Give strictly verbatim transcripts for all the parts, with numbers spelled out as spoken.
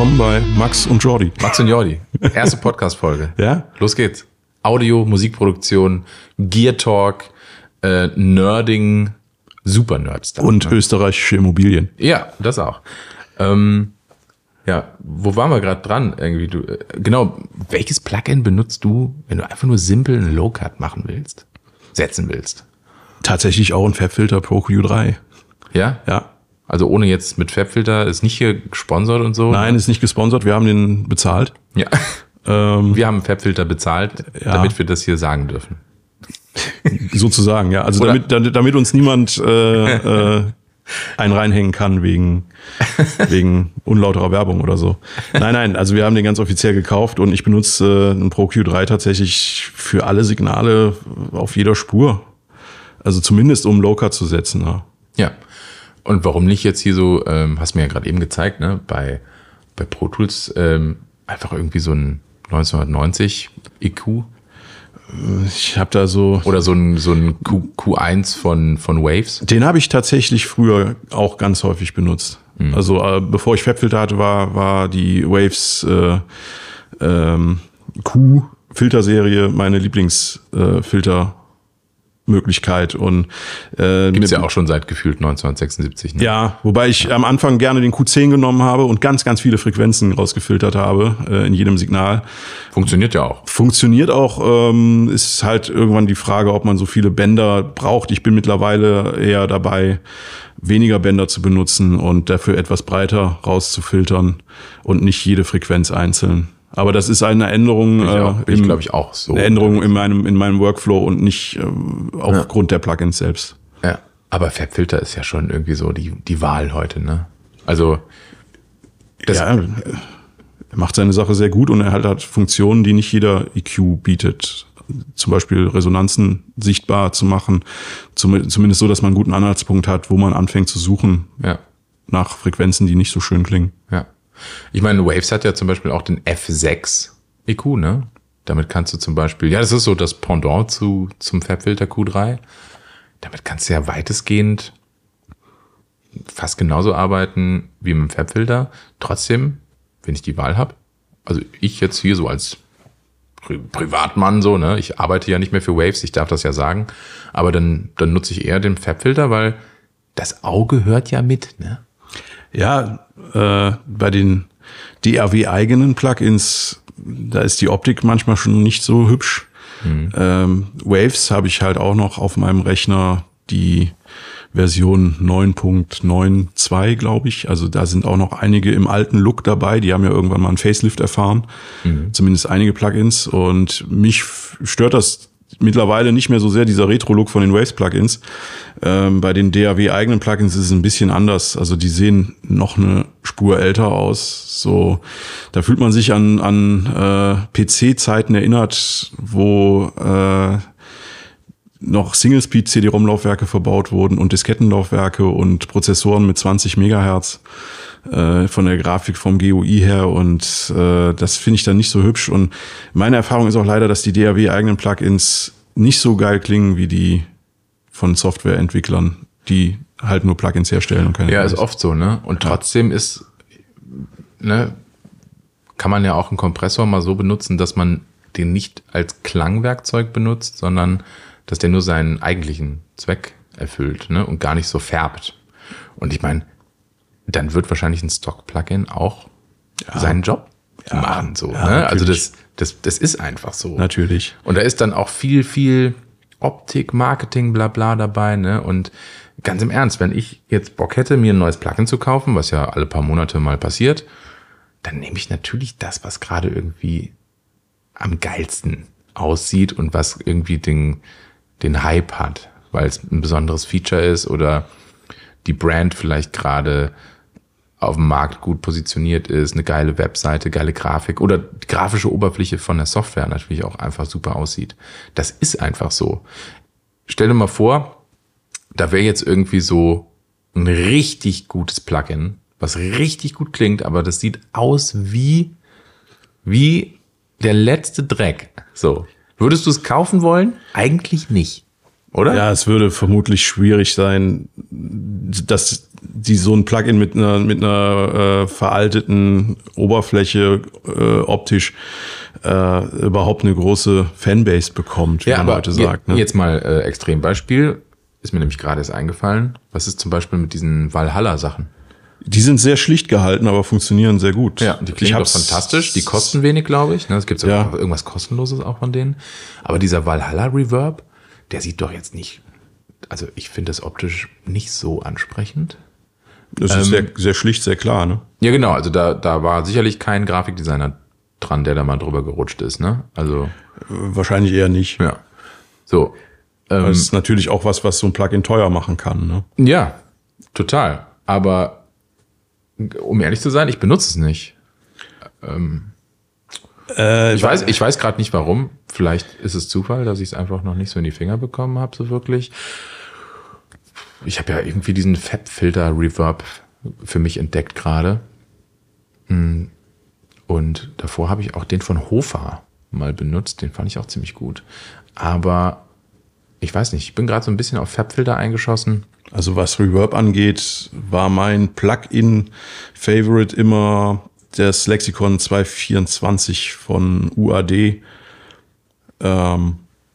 willkommen bei Max und Jordi. Max und Jordi, erste Podcast-Folge. Ja? Los geht's. Audio, Musikproduktion, Gear Talk, äh, Nerding, super Nerds. Und ne? Österreichische Immobilien. Ja, das auch. Ähm, ja, wo waren wir gerade dran? Irgendwie du, äh, genau, welches Plugin benutzt du, wenn du einfach nur simpel einen Low-Cut machen willst, setzen willst? Tatsächlich auch ein FabFilter Pro Q drei. Ja? Ja. Also ohne jetzt mit FabFilter, ist nicht hier gesponsert und so? Nein, ist nicht gesponsert, wir haben den bezahlt. Ja. Ähm, wir haben FabFilter bezahlt, ja. damit wir das hier sagen dürfen. Sozusagen, ja. Also damit, damit uns niemand äh, äh, einen reinhängen kann wegen, wegen unlauterer Werbung oder so. Nein, nein, also wir haben den ganz offiziell gekauft und ich benutze äh, einen Pro Q drei tatsächlich für alle Signale auf jeder Spur. Also zumindest um Low-Cut zu setzen. Ja. Ja. Und warum nicht jetzt hier so, ähm, hast mir ja gerade eben gezeigt, ne, bei, bei Pro Tools ähm, einfach irgendwie so ein neunzehnhundertneunzig E Q? Ich habe da so... Oder so ein, so ein Q, Q1 von, von Waves? Den habe ich tatsächlich früher auch ganz häufig benutzt. Mhm. Also äh, bevor ich FabFilter hatte, war, war die Waves äh, ähm, Q-Filterserie meine Lieblingsfilter. Äh, Möglichkeit und äh, gibt's ja auch schon seit gefühlt neunzehnhundertsechsundsiebzig. Ne? Ja, wobei ich ja. am Anfang gerne den Q zehn genommen habe und ganz, ganz viele Frequenzen rausgefiltert habe äh, in jedem Signal. Funktioniert ja auch. Funktioniert auch, ähm, ist halt irgendwann die Frage, ob man so viele Bänder braucht. Ich bin mittlerweile eher dabei, weniger Bänder zu benutzen und dafür etwas breiter rauszufiltern und nicht jede Frequenz einzeln. Aber das ist eine Änderung, ich auch, äh, ich glaube ich auch so. Eine Änderung in meinem in meinem Workflow und nicht äh, aufgrund ja. der Plugins selbst. Ja, aber FabFilter ist ja schon irgendwie so die die Wahl heute, ne? Also das ja, er macht seine Sache sehr gut und er hat, hat Funktionen, die nicht jeder E Q bietet. Zum Beispiel Resonanzen sichtbar zu machen, zum, zumindest so, dass man einen guten Anhaltspunkt hat, wo man anfängt zu suchen ja. nach Frequenzen, die nicht so schön klingen. Ja. Ich meine, Waves hat ja zum Beispiel auch den F sechs E Q, ne? Damit kannst du zum Beispiel, ja, das ist so das Pendant zu, zum FabFilter Q drei. Damit kannst du ja weitestgehend fast genauso arbeiten wie mit dem FabFilter. Trotzdem, wenn ich die Wahl habe, also ich jetzt hier so als Pri- Privatmann so, ne? Ich arbeite ja nicht mehr für Waves, ich darf das ja sagen. Aber dann, dann nutze ich eher den FabFilter, weil das Auge hört ja mit, ne? Ja, äh, bei den D A W-eigenen Plugins, da ist die Optik manchmal schon nicht so hübsch. Mhm. Ähm, Waves habe ich halt auch noch auf meinem Rechner die Version neun Punkt neun Punkt zwei, glaube ich. Also da sind auch noch einige im alten Look dabei. Die haben ja irgendwann mal einen Facelift erfahren. Mhm. Zumindest einige Plugins. Und mich stört das mittlerweile nicht mehr so sehr, dieser Retro-Look von den Waves-Plugins. Ähm, bei den D A W-eigenen Plugins ist es ein bisschen anders. Also die sehen noch eine Spur älter aus. So, da fühlt man sich an, an äh, P C-Zeiten erinnert, wo äh, noch Single-Speed-C D-ROM-Laufwerke verbaut wurden und Diskettenlaufwerke und Prozessoren mit zwanzig Megahertz äh, von der Grafik vom G U I her und äh, das finde ich dann nicht so hübsch und meine Erfahrung ist auch leider, dass die D A W-eigenen Plugins nicht so geil klingen wie die von Softwareentwicklern, die halt nur Plugins herstellen und keine Ja, Plugins. ist oft so, ne? Und trotzdem ist, ne, kann man ja auch einen Kompressor mal so benutzen, dass man den nicht als Klangwerkzeug benutzt, sondern dass der nur seinen eigentlichen Zweck erfüllt, ne, und gar nicht so färbt. Und ich meine, dann wird wahrscheinlich ein Stock-Plugin auch ja. seinen Job ja. machen, so, ja, ne? Also das, das, das ist einfach so. Natürlich. Und da ist dann auch viel, viel Optik, Marketing, bla, bla dabei, ne? Und ganz im Ernst, wenn ich jetzt Bock hätte, mir ein neues Plugin zu kaufen, was ja alle paar Monate mal passiert, dann nehme ich natürlich das, was gerade irgendwie am geilsten aussieht und was irgendwie den, den Hype hat, weil es ein besonderes Feature ist oder die Brand vielleicht gerade auf dem Markt gut positioniert ist, eine geile Webseite, geile Grafik oder die grafische Oberfläche von der Software natürlich auch einfach super aussieht. Das ist einfach so. Stell dir mal vor, da wäre jetzt irgendwie so ein richtig gutes Plugin, was richtig gut klingt, aber das sieht aus wie, wie der letzte Dreck. So. Würdest du es kaufen wollen? Eigentlich nicht. oder? Ja, es würde vermutlich schwierig sein, dass die so ein Plugin mit einer mit einer äh, veralteten Oberfläche äh, optisch äh, überhaupt eine große Fanbase bekommt, wie Ja, man aber heute je, sagt. Ne? Jetzt mal äh, Extrembeispiel, ist mir nämlich gerade erst eingefallen. Was ist zum Beispiel mit diesen Valhalla-Sachen? Die sind sehr schlicht gehalten, aber funktionieren sehr gut. Ja, die klingen doch fantastisch. Die kosten wenig, glaube ich. Es gibt Ja. auch irgendwas Kostenloses auch von denen. Aber dieser Valhalla Reverb, der sieht doch jetzt nicht, also ich finde das optisch nicht so ansprechend. Das ist sehr, sehr schlicht, sehr klar, ne? Ja, genau. Also da, da war sicherlich kein Grafikdesigner dran, der da mal drüber gerutscht ist, ne? Also, Wahrscheinlich eher nicht. ja. So. Ähm, Das ist natürlich auch was, was so ein Plugin teuer machen kann, ne? ja, total. Aber um ehrlich zu sein, ich benutze es nicht. Ähm, Äh, ich weiß, ich weiß gerade nicht warum. Vielleicht ist es Zufall, dass ich es einfach noch nicht so in die Finger bekommen habe, so wirklich. Ich habe ja irgendwie diesen Fab-Filter-Reverb für mich entdeckt gerade. Und davor habe ich auch den von Hofer mal benutzt. Den fand ich auch ziemlich gut. Aber ich weiß nicht, ich bin gerade so ein bisschen auf Fab-Filter eingeschossen. Also was Reverb angeht, war mein Plugin-Favorite immer das Lexikon zweihundertvierundzwanzig von U A D. Ähm,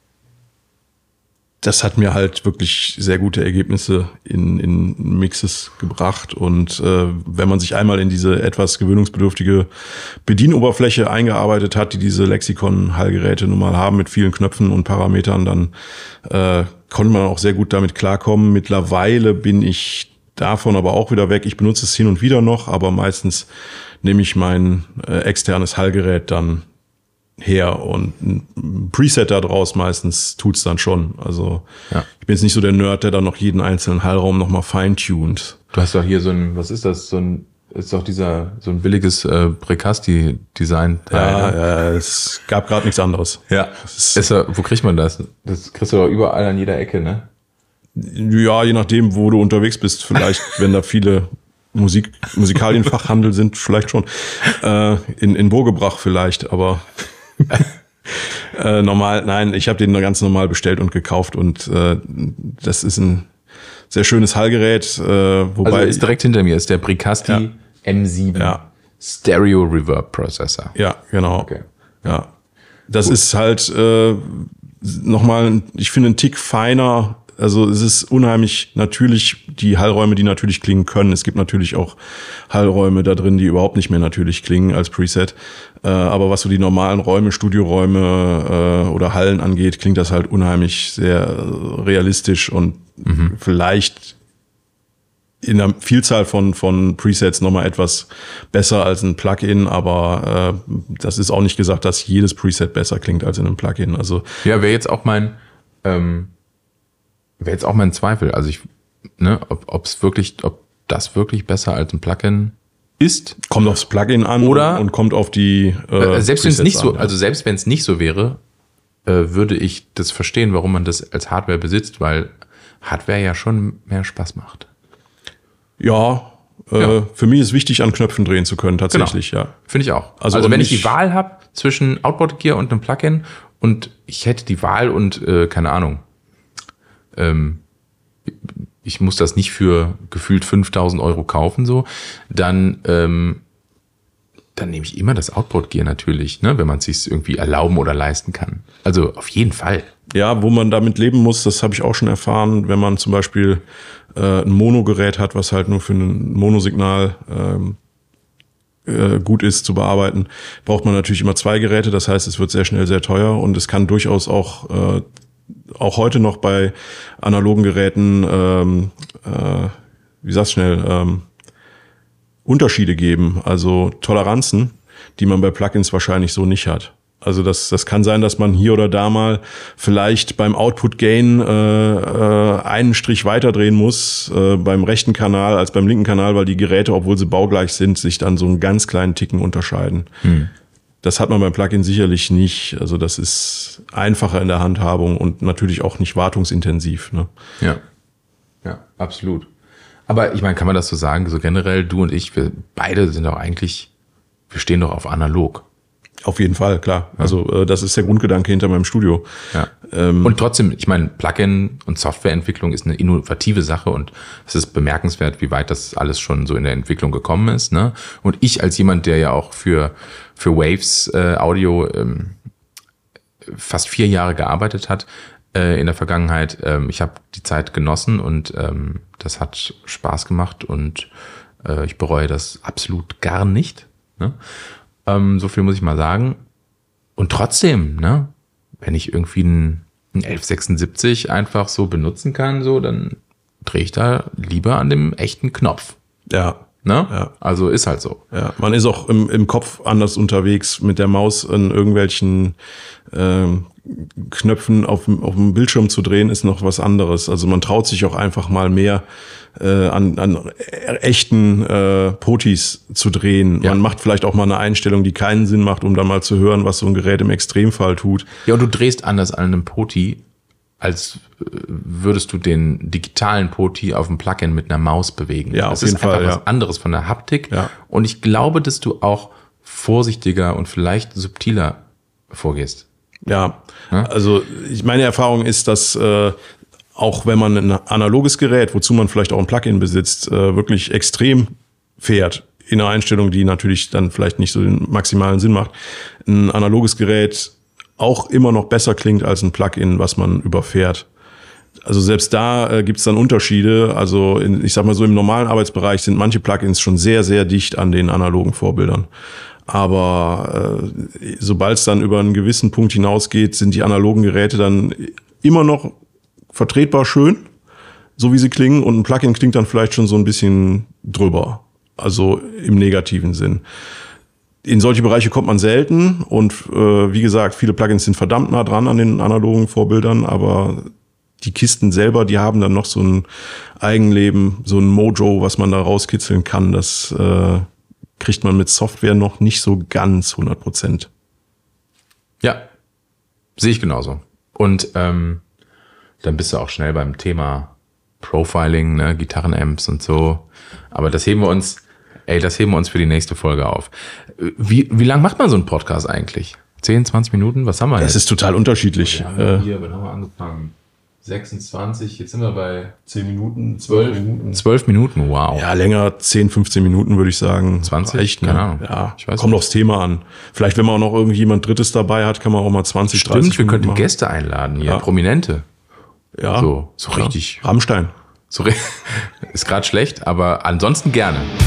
das hat mir halt wirklich sehr gute Ergebnisse in, in Mixes gebracht. Und äh, wenn man sich einmal in diese etwas gewöhnungsbedürftige Bedienoberfläche eingearbeitet hat, die diese Lexikon-Hallgeräte nun mal haben mit vielen Knöpfen und Parametern, dann äh, konnte man auch sehr gut damit klarkommen. Mittlerweile bin ich davon aber auch wieder weg. Ich benutze es hin und wieder noch, aber meistens nehme ich mein äh, externes Hallgerät dann her und ein Preset da draus meistens tut's dann schon. Also Ja. ich bin jetzt nicht so der Nerd, der dann noch jeden einzelnen Hallraum nochmal feintuned. Du hast doch hier so ein, was ist das? So ein, ist doch dieser, so ein billiges äh, Precasti-Design. Ja, ja, es gab gerade nichts anderes. ja. Das ist, Ist ja, wo kriegt man das? Das kriegst du doch überall an jeder Ecke, ne? ja, je nachdem, wo du unterwegs bist, vielleicht, wenn da viele Musik, Musikalienfachhandel sind, vielleicht schon. Äh, in, in Burgebrach vielleicht, aber äh, normal, nein, ich habe den ganz normal bestellt und gekauft und äh, das ist ein sehr schönes Hallgerät, äh, wobei Also ist direkt hinter mir ist der Precasti Ja. M sieben Ja. Stereo Reverb Processor. ja, genau. Okay. Ja. Das ist halt äh, nochmal, ich finde, ein Tick feiner. Also es ist unheimlich natürlich, die Hallräume, die natürlich klingen können. Es gibt natürlich auch Hallräume da drin, die überhaupt nicht mehr natürlich klingen als Preset. Äh, aber was so die normalen Räume, Studioräume äh, oder Hallen angeht, klingt das halt unheimlich sehr realistisch und mhm. vielleicht in einer Vielzahl von von Presets nochmal etwas besser als ein Plugin, aber äh, das ist auch nicht gesagt, dass jedes Preset besser klingt als in einem Plugin. Also Ja, wäre jetzt auch mein, ähm, wäre jetzt auch mein Zweifel. Also ich, ne, ob es wirklich, ob das wirklich besser als ein Plugin ist. kommt aufs Plugin an Oder- und, und kommt auf die äh, Äh, selbst wenn es Presets nicht so, an, ja. also selbst wenn es nicht so wäre, äh, würde ich das verstehen, warum man das als Hardware besitzt, weil Hardware ja schon mehr Spaß macht. Ja, äh, Ja. für mich ist wichtig, an Knöpfen drehen zu können, tatsächlich, ja. Finde ich auch. Also Also, und wenn ich nicht- die Wahl habe zwischen Outboard Gear und einem Plugin und ich hätte die Wahl und äh, keine Ahnung, ähm, ich muss das nicht für gefühlt fünftausend Euro kaufen, so, dann ähm, dann nehme ich immer das Outboard Gear natürlich, ne, wenn man es sich irgendwie erlauben oder leisten kann. Also auf jeden Fall. Ja, wo man damit leben muss, das habe ich auch schon erfahren, wenn man zum Beispiel äh, ein Monogerät hat, was halt nur für ein Monosignal ähm, äh, gut ist zu bearbeiten, braucht man natürlich immer zwei Geräte. Das heißt, es wird sehr schnell sehr teuer und es kann durchaus auch äh, auch heute noch bei analogen Geräten, ähm, äh, wie sag's schnell, ähm, Unterschiede geben, also Toleranzen, die man bei Plugins wahrscheinlich so nicht hat. Also das, das kann sein, dass man hier oder da mal vielleicht beim Output Gain äh, äh, einen Strich weiter drehen muss äh, beim rechten Kanal als beim linken Kanal, weil die Geräte, obwohl sie baugleich sind, sich dann so einen ganz kleinen Ticken unterscheiden. Hm. Das hat man beim Plugin sicherlich nicht. Also das ist einfacher in der Handhabung und natürlich auch nicht wartungsintensiv. Ne? Ja. Ja, absolut. Aber ich meine, kann man das so sagen, so generell, du und ich, wir beide sind doch eigentlich, wir stehen doch auf analog. Auf jeden Fall, klar. Also äh, das ist der Grundgedanke hinter meinem Studio. Ja. Ähm, und trotzdem, ich meine, Plugin und Softwareentwicklung ist eine innovative Sache und es ist bemerkenswert, wie weit das alles schon so in der Entwicklung gekommen ist. Ne? Und ich als jemand, der ja auch für, für Waves äh, Audio ähm, fast vier Jahre gearbeitet hat äh, in der Vergangenheit, ähm, ich habe die Zeit genossen und ähm, das hat Spaß gemacht und äh, ich bereue das absolut gar nicht. Ne? Ähm, so viel muss ich mal sagen. Und trotzdem, ne, wenn ich irgendwie einen, einen elf sechsundsiebzig einfach so benutzen kann, so, dann drehe ich da lieber an dem echten Knopf. Ja. Ne? Ja. Also ist halt so. Ja, man ist auch im, im Kopf anders unterwegs mit der Maus an irgendwelchen ähm, Knöpfen auf, auf dem Bildschirm zu drehen, ist noch was anderes. Also man traut sich auch einfach mal mehr äh, an, an echten äh, Potis zu drehen. Ja. Man macht vielleicht auch mal eine Einstellung, die keinen Sinn macht, um dann mal zu hören, was so ein Gerät im Extremfall tut. Ja, und du drehst anders an einem Poti, als würdest du den digitalen Poti auf dem Plugin mit einer Maus bewegen. Ja, das auf jeden ist einfach Fall, was ja. anderes von der Haptik. Ja. Und ich glaube, dass du auch vorsichtiger und vielleicht subtiler vorgehst. Ja, ja? Also ich, meine Erfahrung ist, dass äh, auch wenn man ein analoges Gerät, wozu man vielleicht auch ein Plugin besitzt, äh, wirklich extrem fährt, in einer Einstellung, die natürlich dann vielleicht nicht so den maximalen Sinn macht, ein analoges Gerät auch immer noch besser klingt als ein Plugin, was man überfährt. Also selbst da äh, gibt es dann Unterschiede. Also in, ich sag mal so, im normalen Arbeitsbereich sind manche Plugins schon sehr, sehr dicht an den analogen Vorbildern. Aber äh, sobald es dann über einen gewissen Punkt hinausgeht, sind die analogen Geräte dann immer noch vertretbar schön, so wie sie klingen. Und ein Plugin klingt dann vielleicht schon so ein bisschen drüber. Also im negativen Sinn. In solche Bereiche kommt man selten und äh, wie gesagt, viele Plugins sind verdammt nah dran an den analogen Vorbildern, aber die Kisten selber, die haben dann noch so ein Eigenleben, so ein Mojo, was man da rauskitzeln kann. Das äh, kriegt man mit Software noch nicht so ganz hundert Prozent. Ja, sehe ich genauso. Und ähm, dann bist du auch schnell beim Thema Profiling, ne, Gitarrenamps und so. Aber das heben wir uns... Ey, das heben wir uns für die nächste Folge auf. Wie, wie lang macht man so einen Podcast eigentlich? zehn, zwanzig Minuten? Was haben wir jetzt? Es ist total unterschiedlich. Wir haben hier, wann haben wir angefangen? sechsundzwanzig, jetzt sind wir bei zehn Minuten, zwölf Minuten. zwölf Minuten, wow. Ja, länger, zehn, fünfzehn Minuten würde ich sagen. zwanzig? Echt, keine ne? Ahnung. Ja, ich weiß kommt nicht. aufs Thema an. Vielleicht, wenn man auch noch irgendjemand Drittes dabei hat, kann man auch mal zwanzig, Stimmt, dreißig wir Minuten könnten machen. Gäste einladen hier, Ja. Prominente. Ja. So, so Ja. richtig. Rammstein. So, ist gerade schlecht, aber ansonsten gerne.